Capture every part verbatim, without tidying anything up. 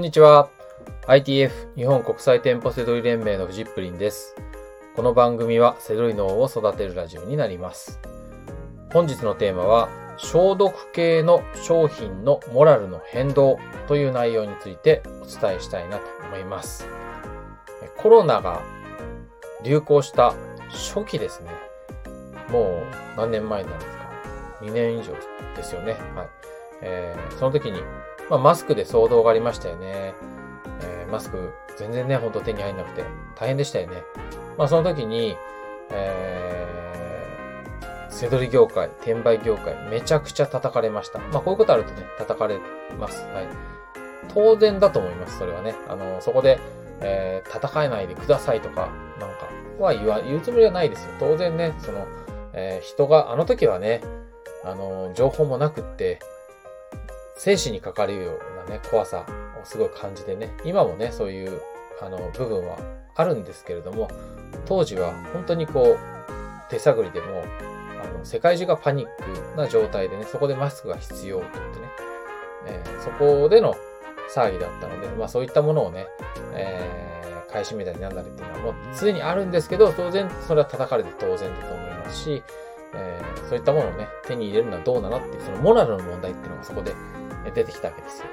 こんにちは。アイティーエフ 日本国際店舗セドリ連盟のフジップリンです。この番組はセドリ脳を育てるラジオになります。本日のテーマは消毒系の商品のモラルの変動という内容についてお伝えしたいなと思います。コロナが流行した初期ですね。もう何年前になるんですか？にねん以上ですよね。はい。えー、その時に、まあ、マスクで騒動がありましたよね。えー、マスク全然ね、ほんと手に入んなくて大変でしたよね。まあその時に、えー、セドリ業界、転売業界、めちゃくちゃ叩かれました。まあこういうことあるとね、叩かれます。はい。当然だと思います、それはね。あの、そこで、えー、戦えないでくださいとか、なんか、は言わ、言うつもりはないですよ。当然ね、その、えー、人が、あの時はね、あの、情報もなくって、生死にかかるようなね、怖さをすごい感じてね、今もね、そういう、あの、部分はあるんですけれども、当時は本当にこう、手探りでも、あの、世界中がパニックな状態でね、そこでマスクが必要と言ってね、えー、そこでの騒ぎだったので、まあそういったものをね、えー、買い占めたりなんだりっていうのはもう常にあるんですけど、当然それは叩かれて当然だと思いますし、えー、そういったものをね、手に入れるのはどうなのっていう、そのモラルの問題っていうのがそこで出てきたわけですよ。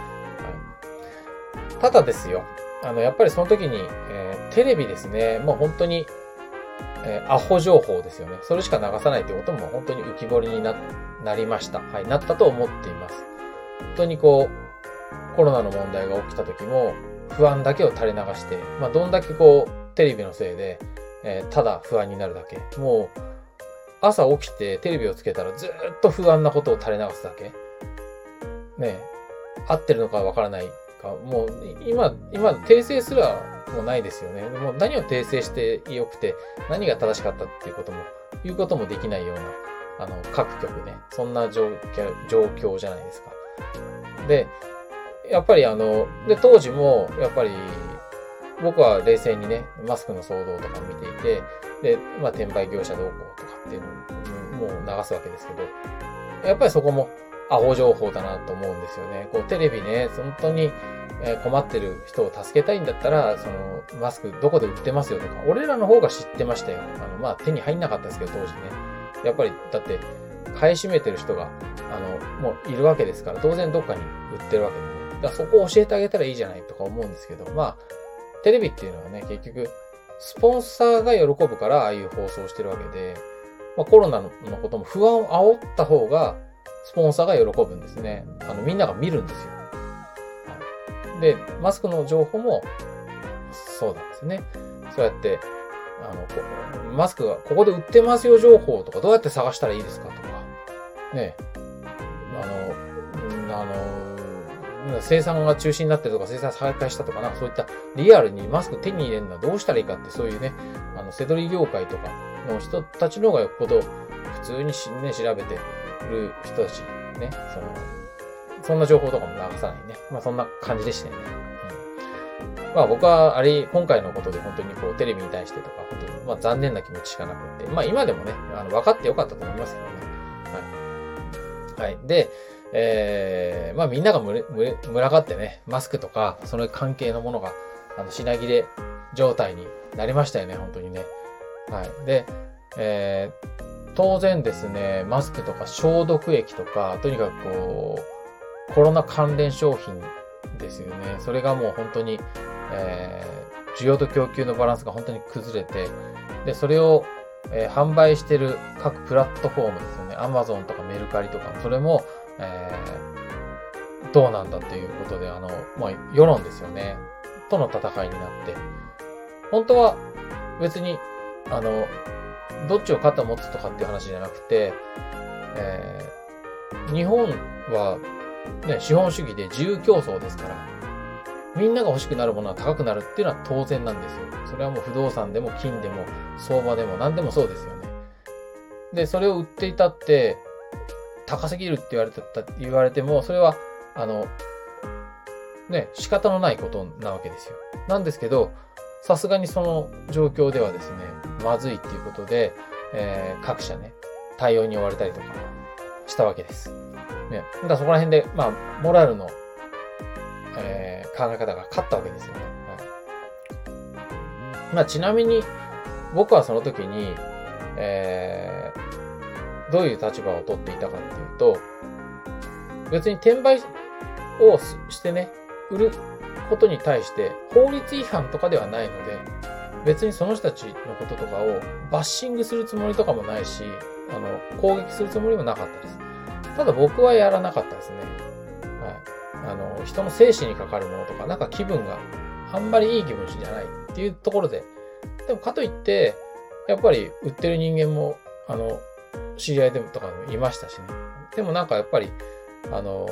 はい、ただですよ、あの、やっぱりその時に、えー、テレビですね、もう本当に、えー、アホ情報ですよね。それしか流さないってことも本当に浮き彫りにな、なりました。はい、なったと思っています。本当にこう、コロナの問題が起きた時も、不安だけを垂れ流して、まあ、どんだけこう、テレビのせいで、えー、ただ不安になるだけ。もう、朝起きてテレビをつけたらずーっと不安なことを垂れ流すだけ。ねえ、合ってるのかわからないか。もう、今、今、訂正すらもうないですよね。もう何を訂正してよくて、何が正しかったっていうことも、言うこともできないような、あの、各局ね。そんな状況、状況じゃないですか。で、やっぱりあの、で、当時も、やっぱり、僕は冷静にね、マスクの騒動とかを見ていて、で、まあ、転売業者どうこうとかっていうのを、もう流すわけですけど、やっぱりそこも、アホ情報だなと思うんですよね。こう、テレビね、本当に困ってる人を助けたいんだったら、その、マスクどこで売ってますよとか、俺らの方が知ってましたよ。あの、まあ、手に入んなかったですけど、当時ね。やっぱり、だって、買い占めてる人が、あの、もういるわけですから、当然どっかに売ってるわけでね。だからそこを教えてあげたらいいじゃないとか思うんですけど、まあ、テレビっていうのはね、結局、スポンサーが喜ぶから、ああいう放送してるわけで、まあコロナのことも不安を煽った方が、スポンサーが喜ぶんですね。あの、みんなが見るんですよ。はい、で、マスクの情報も、そうなんですね。そうやって、あの、マスクが、ここで売ってますよ情報とか、どうやって探したらいいですかとか、ね、あの、あの、生産が中止になってるとか、生産再開したとかな、そういったリアルにマスク手に入れるのはどうしたらいいかって、そういうね、あの、セドリ業界とかの人たちの方がよっぽど普通にし、ね、調べてる人たち、ね、その、そんな情報とかも流さないね。まあそんな感じでしたよね。うん、まあ僕は、あれ、今回のことで本当にこう、テレビに対してとか、本当に、まあ残念な気持ちしかなくって、まあ今でもね、あの、分かってよかったと思いますけどね。はい。はい。で、えー、まあみんなが群れ、群れ、群がってね、マスクとか、その関係のものが、あの、品切れ状態になりましたよね、本当にね。はい。で、えー、当然ですね、マスクとか消毒液とか、とにかくこう、コロナ関連商品ですよね。それがもう本当に、えー、需要と供給のバランスが本当に崩れて、で、それを、えー、販売してる各プラットフォームですよね。アマゾンとかメルカリとか、それも、えー、どうなんだっていうことで、あの、まあ、世論ですよね。との戦いになって。本当は別に、あの、どっちを肩持つとかっていう話じゃなくて、えー、日本は、ね、資本主義で自由競争ですから、みんなが欲しくなるものは高くなるっていうのは当然なんですよ。それはもう不動産でも金でも相場でも何でもそうですよね。で、それを売っていたって、高すぎるって言われた、言われても、それは、あの、ね、仕方のないことなわけですよ。なんですけど、さすがにその状況ではですね、まずいっていうことで、えー、各社ね、対応に追われたりとかしたわけです。ね。だからそこら辺で、まあ、モラルのえー、考え方が勝ったわけですよね。はい、まあ、ちなみに、僕はその時に、えー、どういう立場を取っていたかっていうと、別に転売をしてね、売ることに対して法律違反とかではないので、別にその人たちのこととかをバッシングするつもりとかもないし、あの、攻撃するつもりもなかったです。ただ僕はやらなかったですね。はい。あの、人の生死にかかるものとか、なんか気分があんまりいい気分じゃないっていうところで、でもかといって、やっぱり売ってる人間も、あの、知り合いでもとかもいましたしね。でもなんかやっぱり、あの、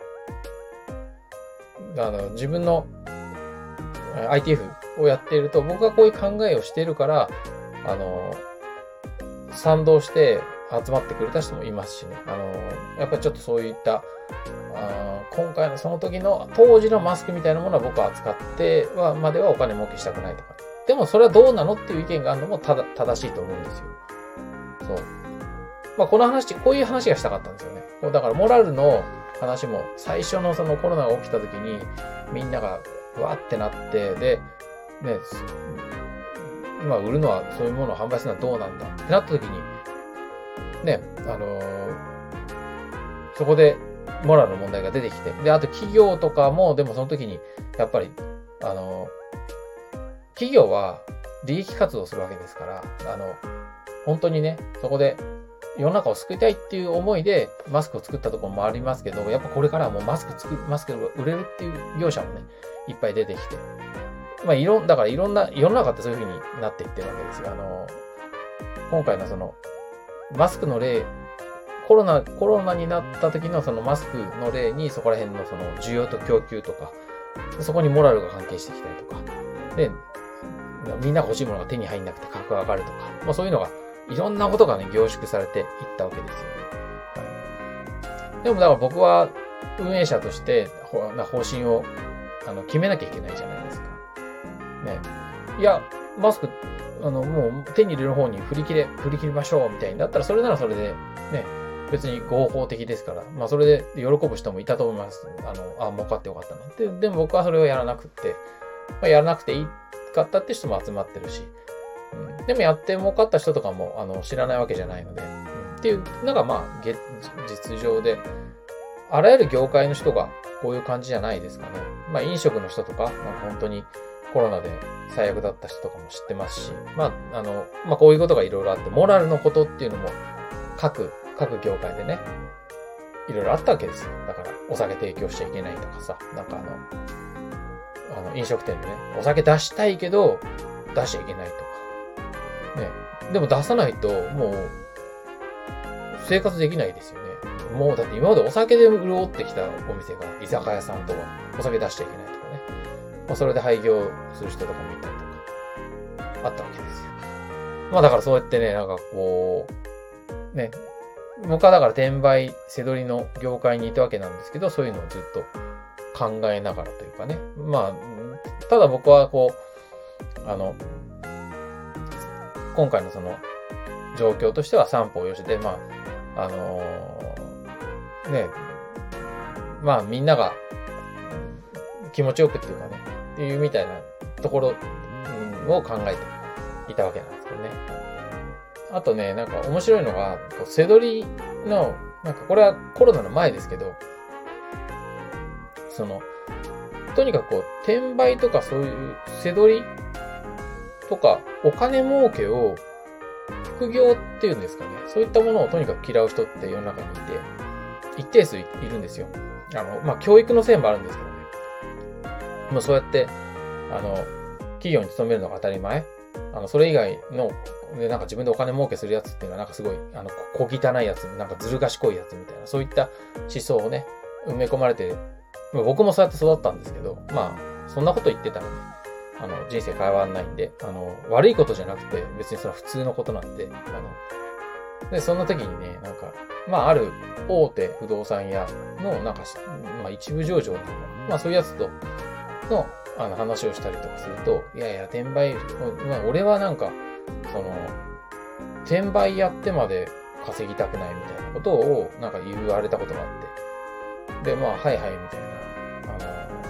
あの、自分の アイティーエフ をやっていると、僕がこういう考えをしているから、あの、賛同して集まってくれた人もいますしね。あの、やっぱりちょっとそういった、あ今回のその時の当時のマスクみたいなものは僕は扱っては、まではお金儲けしたくないとか。でもそれはどうなのっていう意見があるのもただ正しいと思うんですよ。そう。まあこの話、こういう話がしたかったんですよね。だからモラルの話も最初のそのコロナが起きた時にみんながわーってなって、で、ね、まあ売るのはそういうものを販売するのはどうなんだってなった時に、ね、あのー、そこでモラルの問題が出てきて、で、あと企業とかも、でもその時に、やっぱり、あのー、企業は利益活動するわけですから、あの、本当にね、そこで世の中を救いたいっていう思いでマスクを作ったところもありますけど、やっぱこれからはもうマスク作る、マスクが売れるっていう業者もね、いっぱい出てきて、まあいろん、だからいろんな、世の中ってそういう風になっていってるわけですよ。あの、今回のその、マスクの例、コロナ、コロナになった時のそのマスクの例にそこら辺のその需要と供給とか、そこにモラルが関係してきたりとか、で、みんなが欲しいものが手に入んなくて価格が上がるとか、まあそういうのが、いろんなことがね、凝縮されていったわけですよね。はい、でもだから僕は運営者として方針をあの決めなきゃいけないじゃないですか。ね。いや、マスク、あの、もう手に入れる方に振り切れ、振り切りましょうみたいになったら、それならそれで、ね、別に合法的ですから、まあそれで喜ぶ人もいたと思います。あの、あ、儲かってよかったなって。でも僕はそれをやらなくって、まあ、やらなくていいかったって人も集まってるし、うん、でもやって儲かった人とかも、あの、知らないわけじゃないので、うん、っていうのが、まあ、実情で、あらゆる業界の人がこういう感じじゃないですかね。まあ、飲食の人とか、なんか本当にコロナで最悪だった人とかも知ってますし、まあ、あの、まあ、こういうことがいろいろあって、モラルのことっていうのも、各、各業界でね、いろいろあったわけですよ。だから、お酒提供しちゃいけないとかさ、なんかあの、あの、飲食店でね、お酒出したいけど、出しちゃいけないとか。ね。でも出さないと、もう、生活できないですよね。もう、だって今までお酒で潤ってきたお店が、居酒屋さんとか、お酒出しちゃいけないとかね。まあ、それで廃業する人とかもいたりとか、あったわけですよ。まあ、だからそうやってね、なんかこう、ね、僕はだから転売、背取りの業界にいたわけなんですけど、そういうのをずっと考えながらというかね。まあ、ただ僕はこう、あの、今回のその状況としては三方よしで、まあ、あのー、ね、まあみんなが気持ちよくっていうかね、っていうみたいなところを考えていたわけなんですけどね。あとね、なんか面白いのが、背取りの、なんかこれはコロナの前ですけど、その、とにかくこう、転売とかそういう背取りとか、お金儲けを、副業っていうんですかね。そういったものをとにかく嫌う人って世の中にいて、一定数いるんですよ。あの、まあ、教育のせいもあるんですけどね。もうそうやって、あの、企業に勤めるのが当たり前。あの、それ以外の、で、なんか自分でお金儲けするやつっていうのはなんかすごい、あの、小汚いやつ、なんかずる賢いやつみたいな、そういった思想をね、埋め込まれて、僕もそうやって育ったんですけど、まあ、そんなこと言ってたらね、あの、人生変わらないんで、あの、悪いことじゃなくて、別にそれは普通のことなんで、あの、で、そんな時にね、なんか、まあ、ある大手不動産屋の、なんか、まあ、一部上場とか、まあ、そういうやつとの、あの、話をしたりとかすると、いやいや、転売、まあ、俺はなんか、その、転売やってまで稼ぎたくないみたいなことを、なんか言われたことがあって、で、まあ、はいはい、みたいな、あの、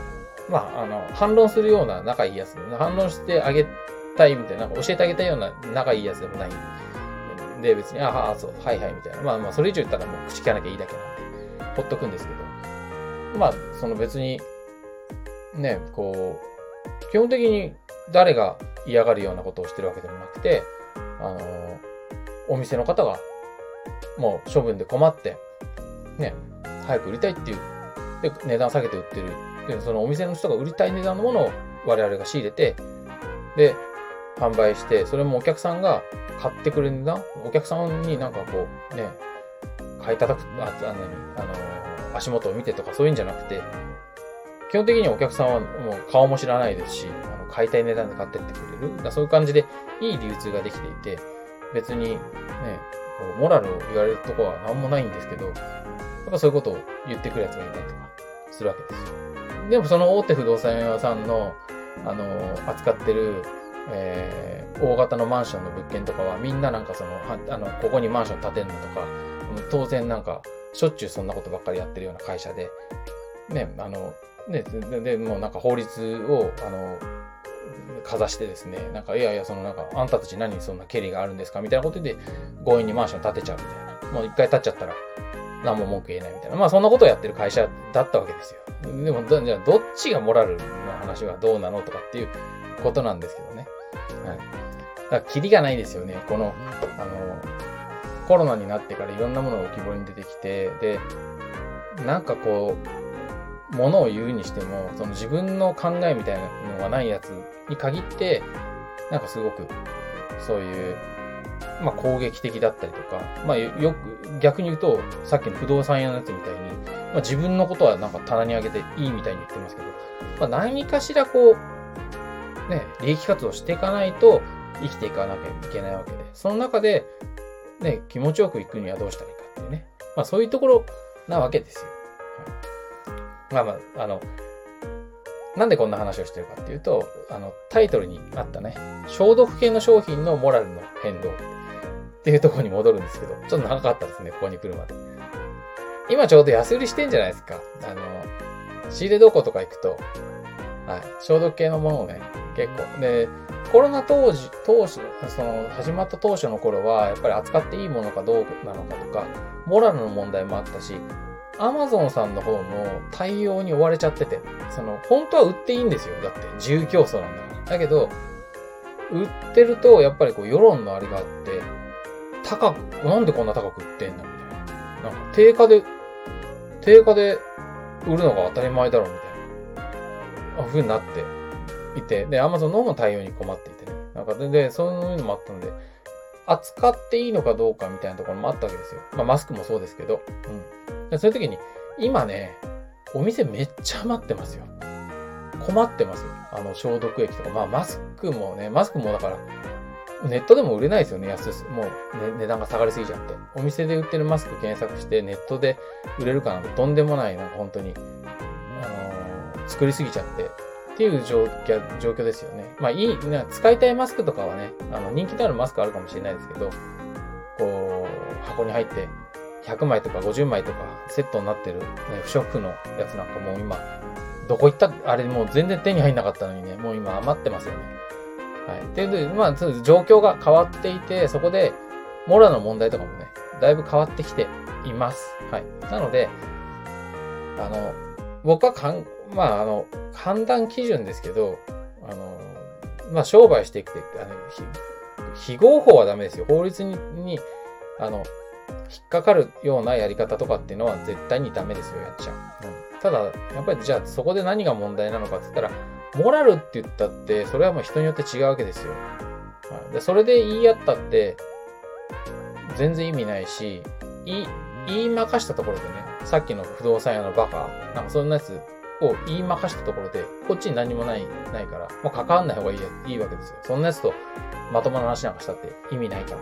まあ、あの、反論するような仲いいやつで、反論してあげたいみたいな、なんか教えてあげたいような仲いいやつでもない。で、別に、ああ、そう、はいはいみたいな。まあまあ、それ以上言ったらもう口聞かなきゃいいだけなんで、ほっとくんですけど。まあ、その別に、ね、こう、基本的に誰が嫌がるようなことをしてるわけでもなくて、あの、お店の方が、もう処分で困って、ね、早く売りたいっていう、で、値段下げて売ってる。で、そのお店の人が売りたい値段のものを我々が仕入れて、で、販売して、それもお客さんが買ってくれる値段、お客さんになんかこう、ね、買い叩く、あ、あの、あの、足元を見てとかそういうんじゃなくて、基本的にお客さんはもう顔も知らないですし、あの買いたい値段で買ってってくれる。だそういう感じでいい流通ができていて、別にね、こうモラルを言われるとこは何もないんですけど、やっぱそういうことを言ってくるやつがいたりとかするわけですよ。でもその大手不動産屋さんの、あの、扱ってる、えー、大型のマンションの物件とかはみんななんかその、あの、ここにマンション建てるのとか、当然なんか、しょっちゅうそんなことばっかりやってるような会社で、ね、あの、ね、で、でもうなんか法律を、あの、かざしてですね、なんか、いやいや、そのなんか、あんたたち何そんな権利があるんですかみたいなことで、強引にマンション建てちゃうみたいな。もう一回建っちゃったら、何も文句言えないみたいな。まあ、そんなことをやってる会社だったわけですよ。でも、じゃあ、どっちがモラルの話はどうなのとかっていうことなんですけどね。はい。だから、キリがないですよね。この、あの、コロナになってからいろんなものが浮き彫りに出てきて、で、なんかこう、ものを言うにしても、その自分の考えみたいなのがないやつに限って、なんかすごく、そういう、まあ攻撃的だったりとか、まあよく、逆に言うと、さっきの不動産屋のやつみたいに、まあ自分のことはなんか棚に上げていいみたいに言ってますけど、まあ何かしらこう、ね、利益活動していかないと生きていかなきゃいけないわけで、その中で、ね、気持ちよく行くにはどうしたらいいかっていうね。まあそういうところなわけですよ。まあまあ、あの、なんでこんな話をしてるかっていうと、あの、タイトルにあったね、消毒系の商品のモラルの変動っていうところに戻るんですけど、ちょっと長かったですね、ここに来るまで。今ちょうど安売りしてんじゃないですか。あの、仕入れどことか行くと、はい、消毒系のものをね、結構。で、コロナ当時、当初、その、始まった当初の頃は、やっぱり扱っていいものかどうなのかとか、モラルの問題もあったし、アマゾンさんの方も対応に追われちゃってて、その、本当は売っていいんですよ。だって、自由競争なんだから。だけど、売ってると、やっぱりこう、世論のあれがあって、高く、なんでこんな高く売ってんだみたいな。なんか、定価で、定価で売るのが当たり前だろ、みたいな。あ、ふうになっていて、で、アマゾンの方も対応に困っていてね。なんか、で、でそういうのもあったので、扱っていいのかどうかみたいなところもあったわけですよ。まあ、マスクもそうですけど。うん。でそういう時に、今ね、お店めっちゃ余ってますよ。困ってますよ。あの、消毒液とか。まあ、マスクもね、マスクもだから、ネットでも売れないですよね、安い。もう、ね、値段が下がりすぎちゃって。お店で売ってるマスク検索して、ネットで売れるかなんてとんでもない、なんか本当に、あのー、作りすぎちゃって。っていう状況、状況ですよね。まあいい、使いたいマスクとかはね、あの、人気のあるマスクあるかもしれないですけど、こう、箱に入ってひゃくまいとかごじゅうまいとかセットになってる、ね、不織布のやつなんかもう今、どこ行った、あれもう全然手に入んなかったのにね、もう今余ってますよね。はい。で、まあ、状況が変わっていて、そこで、モラの問題とかもね、だいぶ変わってきています。はい。なので、あの、僕はかん、まあ、あの、判断基準ですけど、あの、まあ、商売していくって、あの、非合法はダメですよ。法律に、に、あの、引っかかるようなやり方とかっていうのは絶対にダメですよ、やっちゃう。うん、ただ、やっぱりじゃあそこで何が問題なのかって言ったら、モラルって言ったって、それはもう人によって違うわけですよ。はい、でそれで言い合ったって、全然意味ないし、言い、言いまかしたところでね、さっきの不動産屋のバカ、なんかそんなやつを言いまかしたところで、こっちに何もない、ないから、もう関わんない方がいい、いいわけですよ。そんなやつとまともな話なんかしたって意味ないから。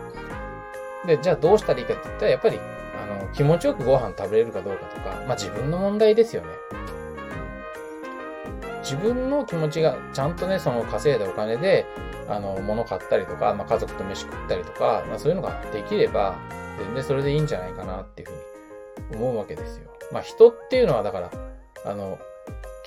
で、じゃあどうしたらいいかって言ったら、やっぱり、あの、気持ちよくご飯食べれるかどうかとか、まあ自分の問題ですよね。自分の気持ちがちゃんとね、その稼いだお金で、あの、物買ったりとか、まあ家族と飯食ったりとか、まあそういうのができれば、全然それでいいんじゃないかなっていうふうに思うわけですよ。まあ人っていうのはだから、あの、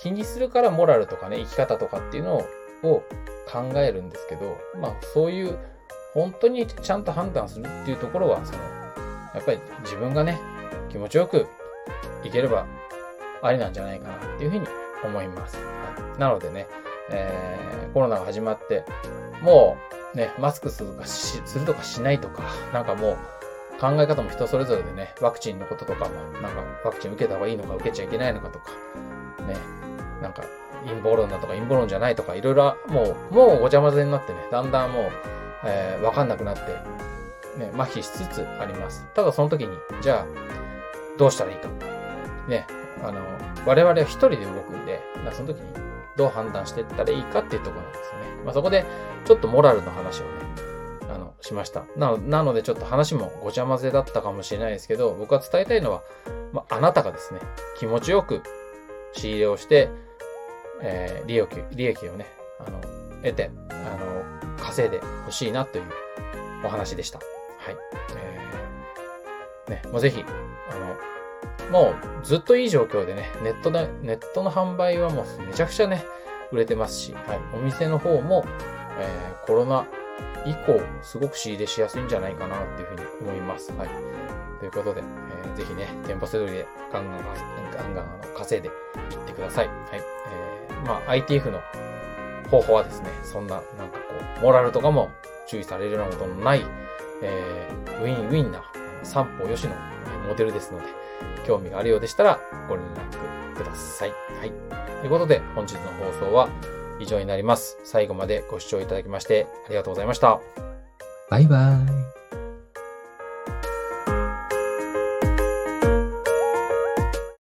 気にするからモラルとかね、生き方とかっていうのを考えるんですけど、まあそういう本当にちゃんと判断するっていうところは、その、やっぱり自分がね、気持ちよくいければありなんじゃないかなっていうふうに思います。はい、なのでね、えー、コロナが始まって、もうね、マスクするとかし、するとかしないとか、なんかもう考え方も人それぞれでね、ワクチンのこととかも、なんかワクチン受けた方がいいのか受けちゃいけないのかとか、ね、なんか陰謀論だとか陰謀論じゃないとか、いろいろもう、もうごちゃ混ぜになってね、だんだんもう、えー、わかんなくなって、ね、麻痺しつつあります。ただその時に、じゃあ、どうしたらいいか。ね、あの、我々は一人で動くんで、その時にどう判断していったらいいかっていうところなんですよね。まあ、そこで、ちょっとモラルの話をね、あの、しました。なの、なのでちょっと話もごちゃ混ぜだったかもしれないですけど、僕は伝えたいのは、まあ、あなたがですね、気持ちよく仕入れをして、えー、利益、利益をね、あの、得て、あの、稼いでほしいなというお話でした。はい。えー、ね、もうぜひ、あの、もうずっといい状況でね、ネットで、ネットの販売はもうめちゃくちゃね、売れてますし、はい。お店の方も、えー、コロナ以降、すごく仕入れしやすいんじゃないかなっていうふうに思います。はい。ということで、えー、ぜひね、店舗セドリでガンガン、ガンガン稼いでいってください。はい。えー、まあ、アイティーエフ の方法はですね、そんな、なんかこう、モラルとかも注意されるようなことのない、えー、ウィンウィンな、三方よしのモデルですので、興味があるようでしたらご連絡ください。はい。ということで、本日の放送は以上になります。最後までご視聴いただきましてありがとうございました。 バイバイ。